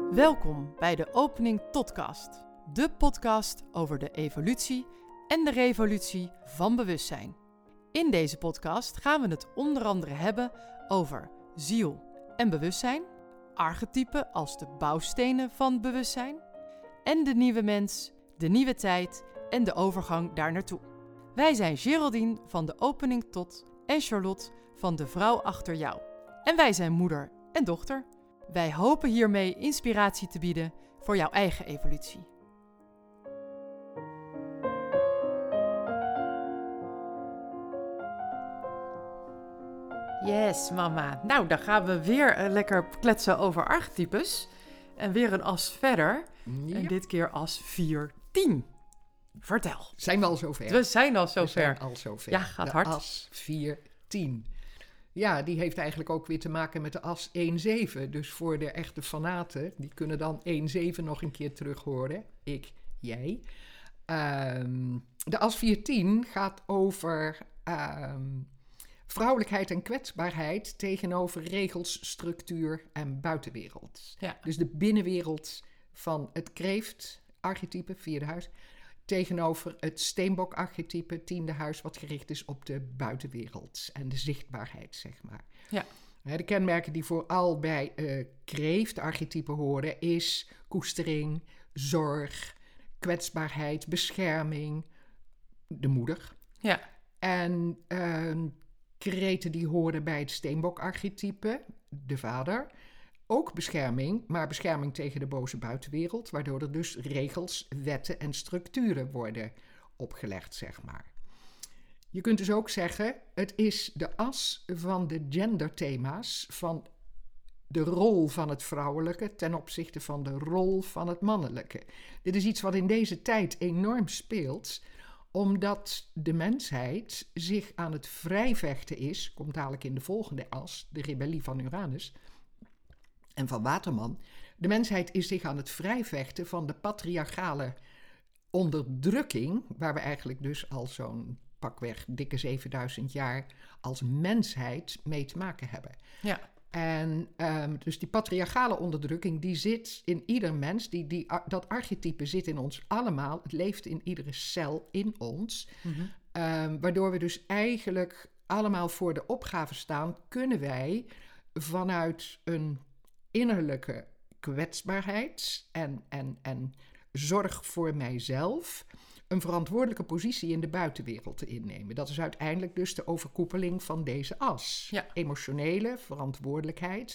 Welkom bij de Opening Totcast, de podcast over de evolutie en de revolutie van bewustzijn. In deze podcast gaan we het onder andere hebben over ziel en bewustzijn, archetypen als de bouwstenen van bewustzijn en de nieuwe mens, de nieuwe tijd en de overgang daar naartoe. Wij zijn Geraldine van de Opening Tot en Charlotte van de Vrouw Achter Jou. En wij zijn moeder en dochter. Wij hopen hiermee inspiratie te bieden voor jouw eigen evolutie. Yes, mama. Nou, dan gaan we weer lekker kletsen over archetypes. En weer een as verder. Ja. En dit keer as 410. Vertel. Zijn we al zover? We zijn al zover. We zijn al zover. Ja, gaat hard. As 410. Ja, die heeft eigenlijk ook weer te maken met de as 1-7. Dus voor de echte fanaten, die kunnen dan 1-7 nog een keer terug horen. Ik, jij. De as 410 gaat over vrouwelijkheid en kwetsbaarheid tegenover regels, structuur en buitenwereld. Ja. Dus de binnenwereld van het kreeft-archetype, vierde huis, tegenover het steenbok-archetype, tiende huis, wat gericht is op de buitenwereld en de zichtbaarheid, zeg maar. Ja. De kenmerken die vooral bij kreeft-archetype horen is koestering, zorg, kwetsbaarheid, bescherming, de moeder. Ja. En kreten die horen bij het steenbok-archetype, de vader. Ook bescherming, maar bescherming tegen de boze buitenwereld, waardoor er dus regels, wetten en structuren worden opgelegd, zeg maar. Je kunt dus ook zeggen, het is de as van de genderthema's, van de rol van het vrouwelijke ten opzichte van de rol van het mannelijke. Dit is iets wat in deze tijd enorm speelt, omdat de mensheid zich aan het vrijvechten is, komt dadelijk in de volgende as, de rebellie van Uranus en van Waterman. De mensheid is zich aan het vrijvechten van de patriarchale onderdrukking, waar we eigenlijk dus al zo'n pakweg dikke 7000 jaar als mensheid mee te maken hebben. Ja. En dus die patriarchale onderdrukking, die zit in ieder mens, dat archetype zit in ons allemaal, het leeft in iedere cel in ons, waardoor we dus eigenlijk allemaal voor de opgave staan, kunnen wij vanuit een innerlijke kwetsbaarheid en zorg voor mijzelf een verantwoordelijke positie in de buitenwereld te innemen. Dat is uiteindelijk dus de overkoepeling van deze as. Ja. Emotionele verantwoordelijkheid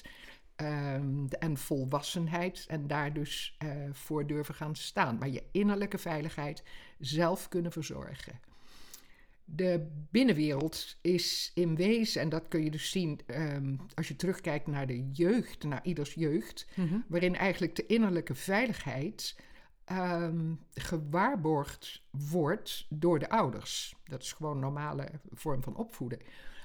en volwassenheid en daar dus voor durven gaan staan. Maar je innerlijke veiligheid zelf kunnen verzorgen. De binnenwereld is in wezen, en dat kun je dus zien als je terugkijkt naar de jeugd, naar ieders jeugd, waarin eigenlijk de innerlijke veiligheid gewaarborgd wordt door de ouders. Dat is gewoon een normale vorm van opvoeden.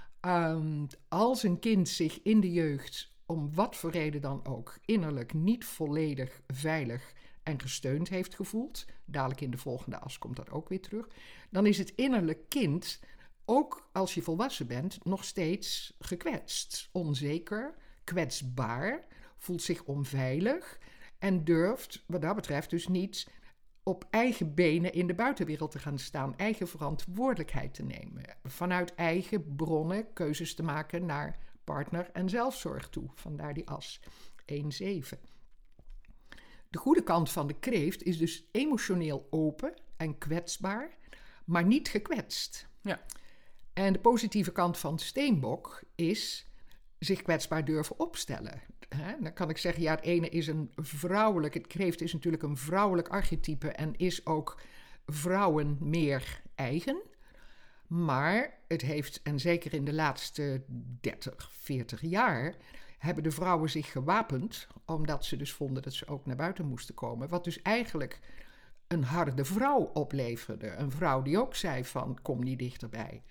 Als een kind zich in de jeugd, om wat voor reden dan ook, innerlijk niet volledig veilig en gesteund heeft gevoeld, dadelijk in de volgende as komt dat ook weer terug, dan is het innerlijk kind, ook als je volwassen bent, nog steeds gekwetst, onzeker, kwetsbaar, voelt zich onveilig en durft wat dat betreft dus niet op eigen benen in de buitenwereld te gaan staan, eigen verantwoordelijkheid te nemen, vanuit eigen bronnen keuzes te maken naar partner en zelfzorg toe, vandaar die as 1-7. De goede kant van de kreeft is dus emotioneel open en kwetsbaar, maar niet gekwetst. Ja. En de positieve kant van steenbok is zich kwetsbaar durven opstellen. Dan kan ik zeggen, ja, het ene is een vrouwelijk, het kreeft is natuurlijk een vrouwelijk archetype en is ook vrouwen meer eigen. Maar het heeft, en zeker in de laatste 30, 40 jaar, hebben de vrouwen zich gewapend, omdat ze dus vonden dat ze ook naar buiten moesten komen. Wat dus eigenlijk een harde vrouw opleverde. Een vrouw die ook zei van, kom niet dichterbij.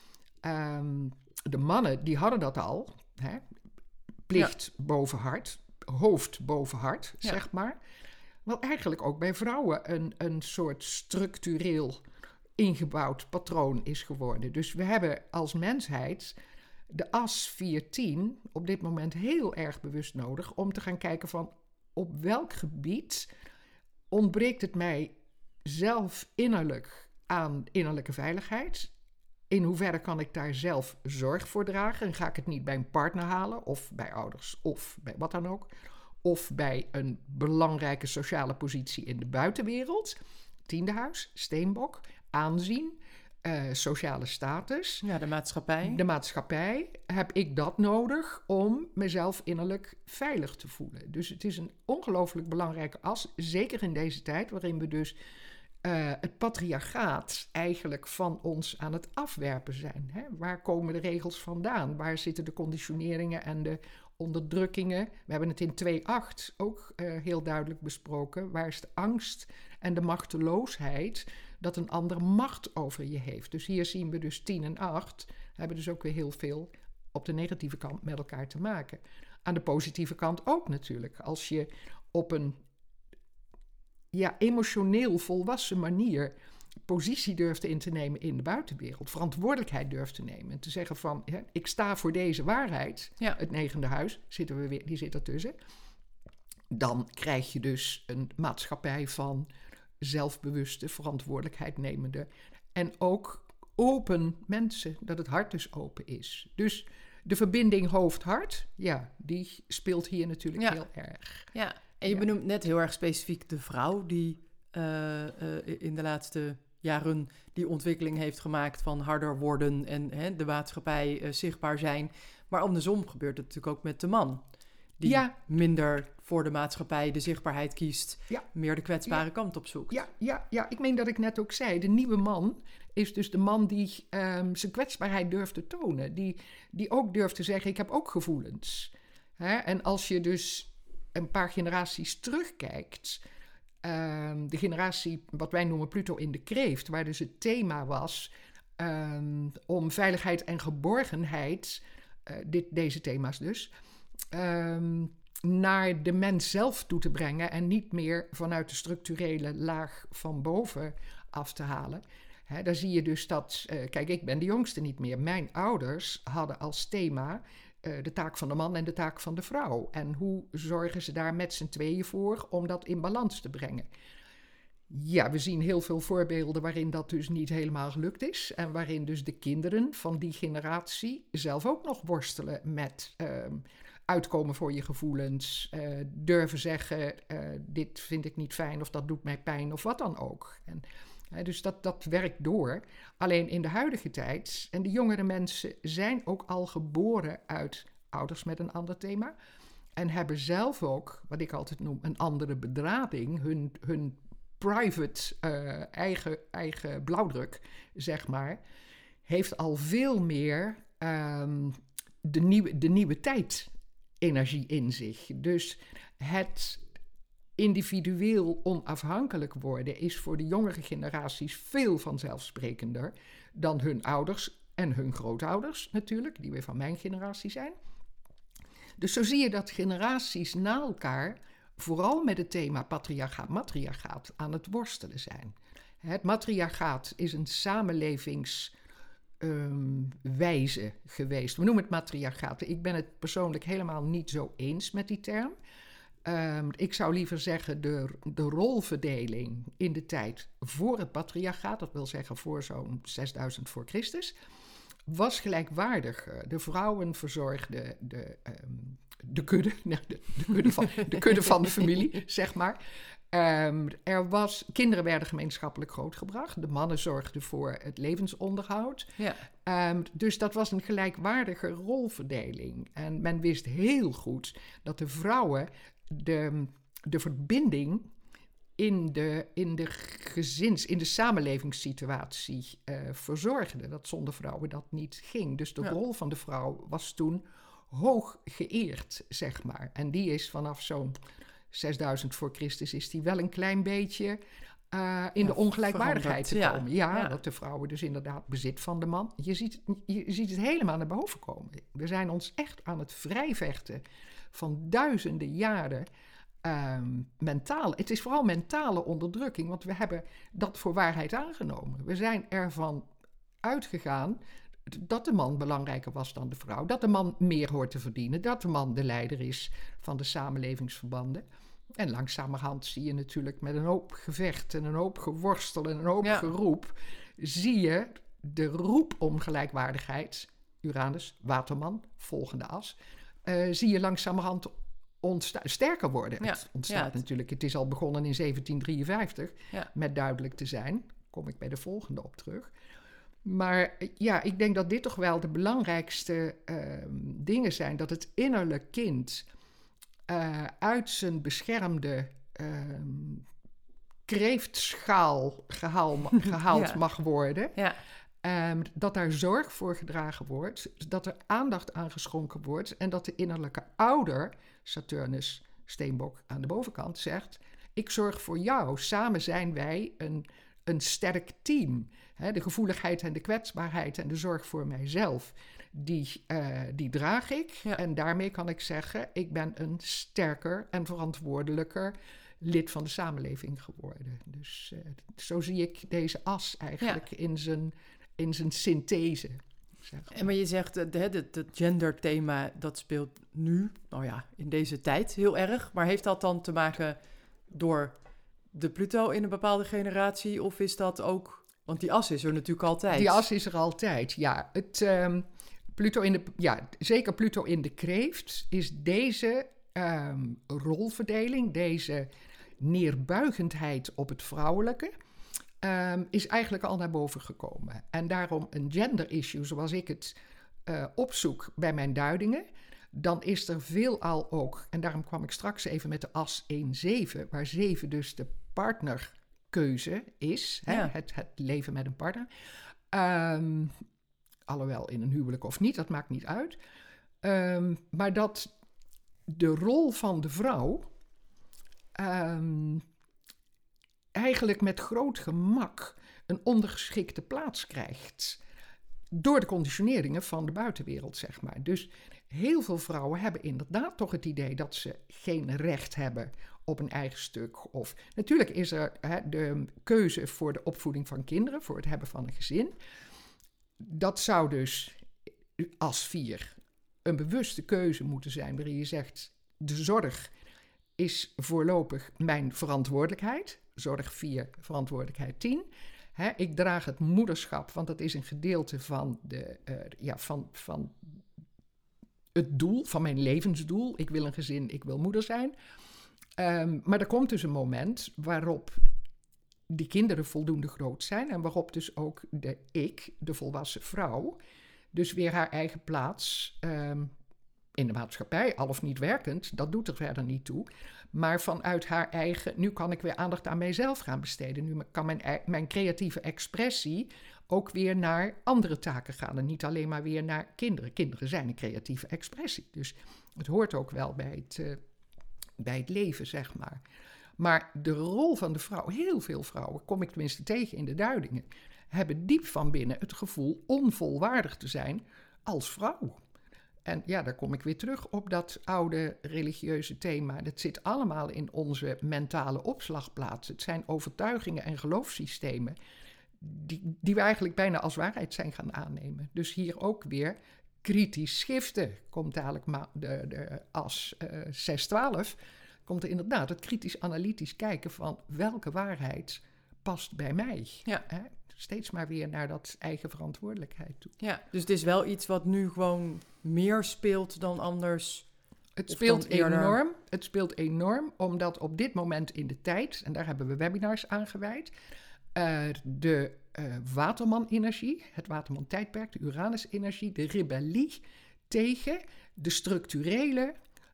De mannen, die hadden dat al. Plicht boven hart, hoofd boven hart, zeg maar. Wat eigenlijk ook bij vrouwen een soort structureel ingebouwd patroon is geworden. Dus we hebben als mensheid de as 410 op dit moment heel erg bewust nodig om te gaan kijken van op welk gebied ontbreekt het mij zelf innerlijk aan innerlijke veiligheid? In hoeverre kan ik daar zelf zorg voor dragen? En ga ik het niet bij een partner halen, of bij ouders, of bij wat dan ook, of bij een belangrijke sociale positie in de buitenwereld, 10e huis, steenbok, aanzien, sociale status. Ja, de maatschappij. De maatschappij, heb ik dat nodig om mezelf innerlijk veilig te voelen. Dus het is een ongelooflijk belangrijke as, zeker in deze tijd waarin we dus het patriarchaat eigenlijk van ons aan het afwerpen zijn. Hè? Waar komen de regels vandaan? Waar zitten de conditioneringen en de onderdrukkingen? We hebben het in 2.8 ook heel duidelijk besproken. Waar is de angst en de machteloosheid dat een ander macht over je heeft? Dus hier zien we dus 10 en 8 hebben dus ook weer heel veel op de negatieve kant met elkaar te maken. Aan de positieve kant ook natuurlijk. Als je op een emotioneel volwassen manier positie durfde in te nemen in de buitenwereld, verantwoordelijkheid durft te nemen en te zeggen van, ik sta voor deze waarheid, het 9e huis, die zit ertussen, dan krijg je dus een maatschappij van zelfbewuste, verantwoordelijkheid nemende en ook open mensen, dat het hart dus open is. Dus de verbinding hoofd-hart, die speelt hier natuurlijk heel erg. Ja. En je benoemt net heel erg specifiek de vrouw die in de laatste jaren die ontwikkeling heeft gemaakt van harder worden en de maatschappij zichtbaar zijn. Maar andersom gebeurt het natuurlijk ook met de man. Die minder voor de maatschappij de zichtbaarheid kiest, meer de kwetsbare kant op zoekt. Ja, ik meen dat ik net ook zei, de nieuwe man is dus de man die zijn kwetsbaarheid durft te tonen. Die ook durft te zeggen, ik heb ook gevoelens. En als je dus een paar generaties terugkijkt, de generatie wat wij noemen Pluto in de kreeft, waar dus het thema was om veiligheid en geborgenheid, deze thema's dus, naar de mens zelf toe te brengen en niet meer vanuit de structurele laag van boven af te halen. Daar zie je dus dat, kijk, ik ben de jongste niet meer. Mijn ouders hadden als thema de taak van de man en de taak van de vrouw. En hoe zorgen ze daar met z'n tweeën voor om dat in balans te brengen? Ja, we zien heel veel voorbeelden waarin dat dus niet helemaal gelukt is. En waarin dus de kinderen van die generatie zelf ook nog worstelen met uitkomen voor je gevoelens. Durven zeggen, dit vind ik niet fijn of dat doet mij pijn of wat dan ook. Dus dat werkt door. Alleen in de huidige tijd, en de jongere mensen zijn ook al geboren uit ouders met een ander thema. En hebben zelf ook, wat ik altijd noem, een andere bedrading. Hun private eigen blauwdruk, zeg maar, heeft al veel meer de nieuwe tijd energie in zich. Dus het individueel onafhankelijk worden is voor de jongere generaties veel vanzelfsprekender dan hun ouders en hun grootouders natuurlijk, die weer van mijn generatie zijn. Dus zo zie je dat generaties na elkaar vooral met het thema patriarchaat aan het worstelen zijn. Het matriarchaat is een samenlevingswijze geweest. We noemen het matriarchaat. Ik ben het persoonlijk helemaal niet zo eens met die term. Ik zou liever zeggen de rolverdeling in de tijd voor het patriarchaat, dat wil zeggen voor zo'n 6000 voor Christus, was gelijkwaardiger. De vrouwen verzorgden de kudde van de familie, zeg maar. Kinderen werden gemeenschappelijk grootgebracht. De mannen zorgden voor het levensonderhoud. Ja. Dus dat was een gelijkwaardige rolverdeling. En men wist heel goed dat de vrouwen de verbinding in de samenlevingssituatie verzorgden. Dat zonder vrouwen dat niet ging. Dus de rol van de vrouw was toen hoog geëerd, zeg maar. En die is vanaf zo'n 6000 voor Christus is die wel een klein beetje in de ongelijkwaardigheid te komen. Ja, dat de vrouwen dus inderdaad bezit van de man. Je ziet het helemaal naar boven komen. We zijn ons echt aan het vrijvechten van duizenden jaren mentaal. Het is vooral mentale onderdrukking, want we hebben dat voor waarheid aangenomen. We zijn ervan uitgegaan dat de man belangrijker was dan de vrouw. Dat de man meer hoort te verdienen. Dat de man de leider is van de samenlevingsverbanden. En langzamerhand zie je natuurlijk met een hoop gevecht en een hoop geworstel en een hoop geroep, zie je de roep om gelijkwaardigheid, Uranus, Waterman, volgende as, zie je langzamerhand sterker worden. Ja. Het ontstaat natuurlijk, het is al begonnen in 1753, met duidelijk te zijn. Kom ik bij de volgende op terug. Maar ja, ik denk dat dit toch wel de belangrijkste dingen zijn. Dat het innerlijk kind uit zijn beschermde kreeftschaal gehaald mag worden. Ja. Dat daar zorg voor gedragen wordt. Dat er aandacht aan geschonken wordt. En dat de innerlijke ouder, Saturnus, Steenbok aan de bovenkant, zegt: ik zorg voor jou. Samen zijn wij een sterk team. De gevoeligheid en de kwetsbaarheid en de zorg voor mijzelf, die draag ik. Ja. En daarmee kan ik zeggen, ik ben een sterker en verantwoordelijker lid van de samenleving geworden. Dus zo zie ik deze as eigenlijk in zijn synthese. Zeg maar. En maar je zegt, het genderthema, dat speelt nu, in deze tijd heel erg. Maar heeft dat dan te maken door de Pluto in een bepaalde generatie? Of is dat ook... Want die as is er natuurlijk altijd. Die as is er altijd, ja. Zeker Pluto in de Kreeft is deze rolverdeling, deze neerbuigendheid op het vrouwelijke, is eigenlijk al naar boven gekomen. En daarom een gender issue, zoals ik het opzoek bij mijn duidingen, dan is er veelal ook, en daarom kwam ik straks even met de as 1-7, waar 7 dus de partnerkeuze is, het leven met een partner. Alhoewel in een huwelijk of niet, dat maakt niet uit. Maar dat de rol van de vrouw eigenlijk met groot gemak een ondergeschikte plaats krijgt. Door de conditioneringen van de buitenwereld, zeg maar. Dus heel veel vrouwen hebben inderdaad toch het idee dat ze geen recht hebben op een eigen stuk. Of natuurlijk is er de keuze voor de opvoeding van kinderen, voor het hebben van een gezin. Dat zou dus als 4 een bewuste keuze moeten zijn, waarin je zegt, de zorg is voorlopig mijn verantwoordelijkheid. Zorg 4, verantwoordelijkheid 10. Ik draag het moederschap, want dat is een gedeelte van van het doel, van mijn levensdoel. Ik wil een gezin, ik wil moeder zijn. Maar er komt dus een moment waarop die kinderen voldoende groot zijn en waarop dus ook de volwassen vrouw, dus weer haar eigen plaats in de maatschappij, al of niet werkend, dat doet er verder niet toe. Maar vanuit haar eigen, nu kan ik weer aandacht aan mijzelf gaan besteden. Nu kan mijn creatieve expressie ook weer naar andere taken gaan. En niet alleen maar weer naar kinderen. Kinderen zijn een creatieve expressie. Dus het hoort ook wel bij het leven, zeg maar. Maar de rol van de vrouw, heel veel vrouwen, kom ik tenminste tegen in de duidingen, hebben diep van binnen het gevoel onvolwaardig te zijn als vrouw. En ja, daar kom ik weer terug op dat oude religieuze thema. Dat zit allemaal in onze mentale opslagplaats. Het zijn overtuigingen en geloofssystemen die we eigenlijk bijna als waarheid zijn gaan aannemen. Dus hier ook weer kritisch schiften. Komt dadelijk de as 6-12, komt er inderdaad het kritisch-analytisch kijken van welke waarheid past bij mij. Ja. Steeds maar weer naar dat eigen verantwoordelijkheid toe. Ja, dus het is wel iets wat nu gewoon meer speelt dan anders. Het speelt enorm. Het speelt enorm, omdat op dit moment in de tijd, en daar hebben we webinars aan gewijd, de Waterman-energie, het Waterman-tijdperk, de Uranus-energie, de rebellie tegen de structurele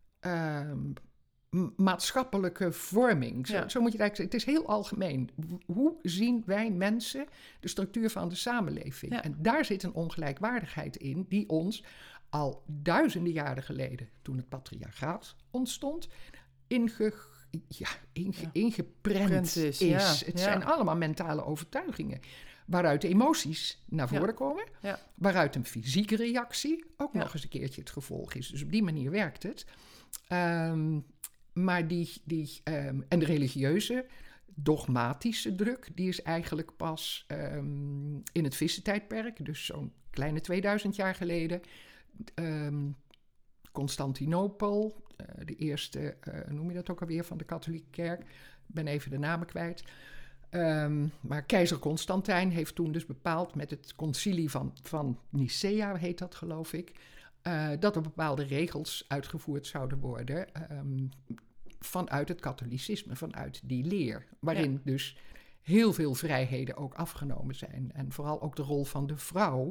maatschappelijke vorming. Zo moet je het eigenlijk zeggen. Het is heel algemeen. Hoe zien wij mensen de structuur van de samenleving? Ja. En daar zit een ongelijkwaardigheid in die ons al duizenden jaren geleden, toen het patriarchaat ontstond, ingeprent is. Het zijn allemaal mentale overtuigingen waaruit emoties naar voren komen, waaruit een fysieke reactie ook nog eens een keertje het gevolg is. Dus op die manier werkt het. Maar en de religieuze, dogmatische druk, die is eigenlijk pas in het vissentijdperk, dus zo'n kleine 2000 jaar geleden, Constantinopel, de eerste, noem je dat ook alweer, van de katholieke kerk. Ik ben even de namen kwijt. Maar keizer Constantijn heeft toen dus bepaald met het concilie van Nicea, heet dat geloof ik, dat er bepaalde regels uitgevoerd zouden worden vanuit het katholicisme, vanuit die leer. Waarin dus heel veel vrijheden ook afgenomen zijn. En vooral ook de rol van de vrouw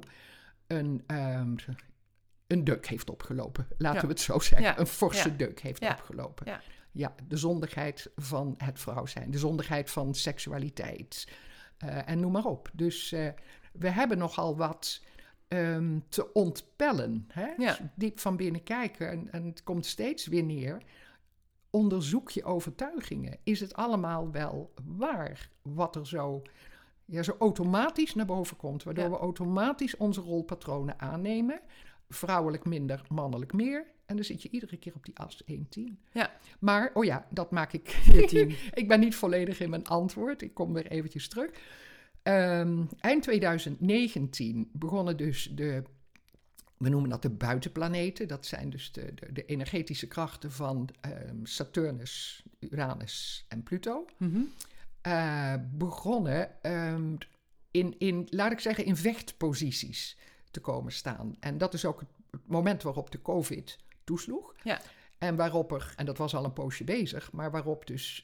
een deuk heeft opgelopen. Laten we het zo zeggen. Ja. Een forse deuk heeft opgelopen. Ja. Ja, de zondigheid van het vrouw zijn. De zondigheid van seksualiteit. En noem maar op. Dus we hebben nogal wat te ontpellen. Hè? Ja. Diep van binnen kijken. En het komt steeds weer neer. Onderzoek je overtuigingen. Is het allemaal wel waar? Wat er zo automatisch naar boven komt. Waardoor we automatisch onze rolpatronen aannemen. Vrouwelijk minder, mannelijk meer. En dan zit je iedere keer op die as 1-10. Ja. Maar, dat maak ik. Ik ben niet volledig in mijn antwoord. Ik kom weer eventjes terug. Eind 2019 begonnen dus we noemen dat de buitenplaneten. Dat zijn dus de energetische krachten van Saturnus, Uranus en Pluto. Mm-hmm. Begonnen laat ik zeggen, in vechtposities te komen staan. En dat is ook het moment waarop de COVID toesloeg. Ja. En waarop en dat was al een poosje bezig, maar waarop dus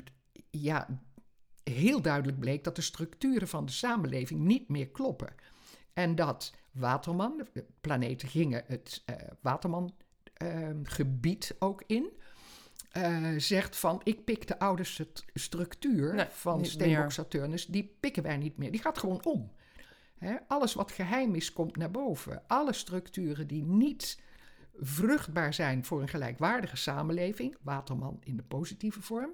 heel duidelijk bleek dat de structuren van de samenleving niet meer kloppen. En dat Waterman, de planeten gingen het Waterman-gebied ook in, zegt van, ik pik de oude structuur van Steenbok-Saturnus, die pikken wij niet meer. Die gaat gewoon om. Alles wat geheim is, komt naar boven. Alle structuren die niet vruchtbaar zijn voor een gelijkwaardige samenleving, Waterman in de positieve vorm,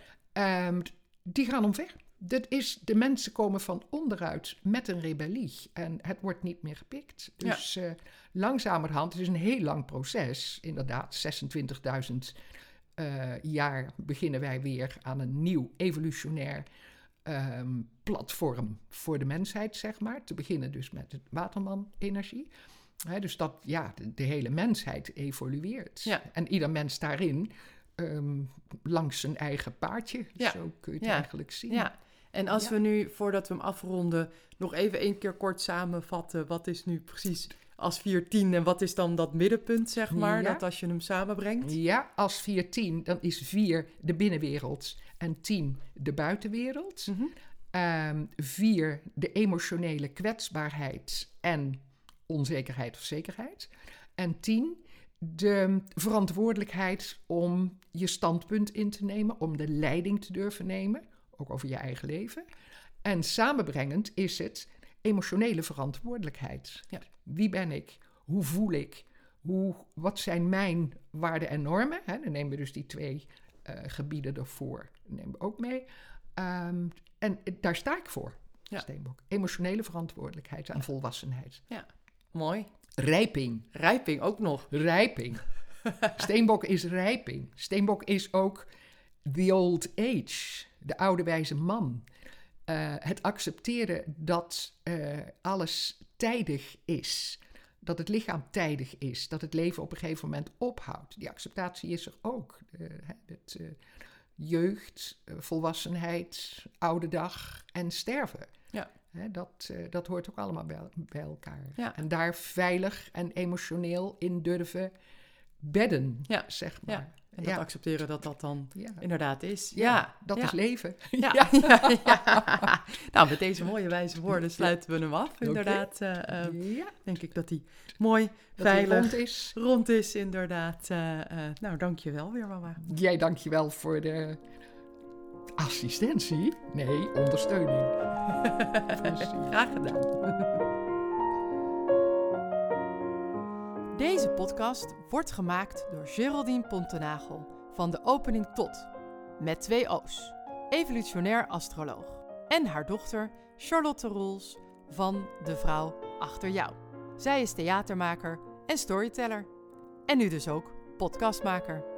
die gaan omver. De mensen komen van onderuit met een rebellie en het wordt niet meer gepikt. Dus langzamerhand, het is een heel lang proces, inderdaad, 26.000 jaar beginnen wij weer aan een nieuw evolutionair platform voor de mensheid, zeg maar. Te beginnen dus met het Waterman-energie. Dus dat, de hele mensheid evolueert. Ja. En ieder mens daarin langs zijn eigen paadje. Ja. Zo kun je het eigenlijk zien. Ja. En als we nu, voordat we hem afronden, nog even 1 keer kort samenvatten. Wat is nu precies als 4-10 en wat is dan dat middenpunt, zeg maar, dat als je hem samenbrengt? Ja, als 4-10, dan is 4 de binnenwereld en 10 de buitenwereld. Mm-hmm. 4 de emotionele kwetsbaarheid en onzekerheid of zekerheid. En 10 de verantwoordelijkheid om je standpunt in te nemen, om de leiding te durven nemen, ook over je eigen leven. En samenbrengend is het emotionele verantwoordelijkheid. Ja. Wie ben ik? Hoe voel ik? Wat zijn mijn waarden en normen? Dan nemen we dus die 2 gebieden ervoor. Dat nemen we ook mee. En daar sta ik voor, Steenbok. Emotionele verantwoordelijkheid en volwassenheid. Ja, mooi. Rijping. Rijping ook nog. Rijping. Steenbok is rijping. Steenbok is ook the old age, de oude wijze man. Het accepteren dat alles tijdig is. Dat het lichaam tijdig is. Dat het leven op een gegeven moment ophoudt. Die acceptatie is er ook. Jeugd, volwassenheid, oude dag en sterven. Ja. Dat hoort ook allemaal bij elkaar. Ja. En daar veilig en emotioneel in durven bedden, zeg maar. Ja. En dat accepteren dat dan inderdaad is. Dat is leven. Ja. Nou, met deze mooie wijze woorden sluiten we hem af. Inderdaad, denk ik dat hij mooi, veilig, rond is. Inderdaad. Nou, dank je wel weer, mama. Jij dank je wel voor de assistentie. Nee, ondersteuning. Graag gedaan. Deze podcast wordt gemaakt door Geraldine Pontenagel van De Opening Tot, met 2 O's, evolutionair astroloog, en haar dochter Charlotte Roels van De Vrouw Achter Jou. Zij is theatermaker en storyteller. En nu dus ook podcastmaker.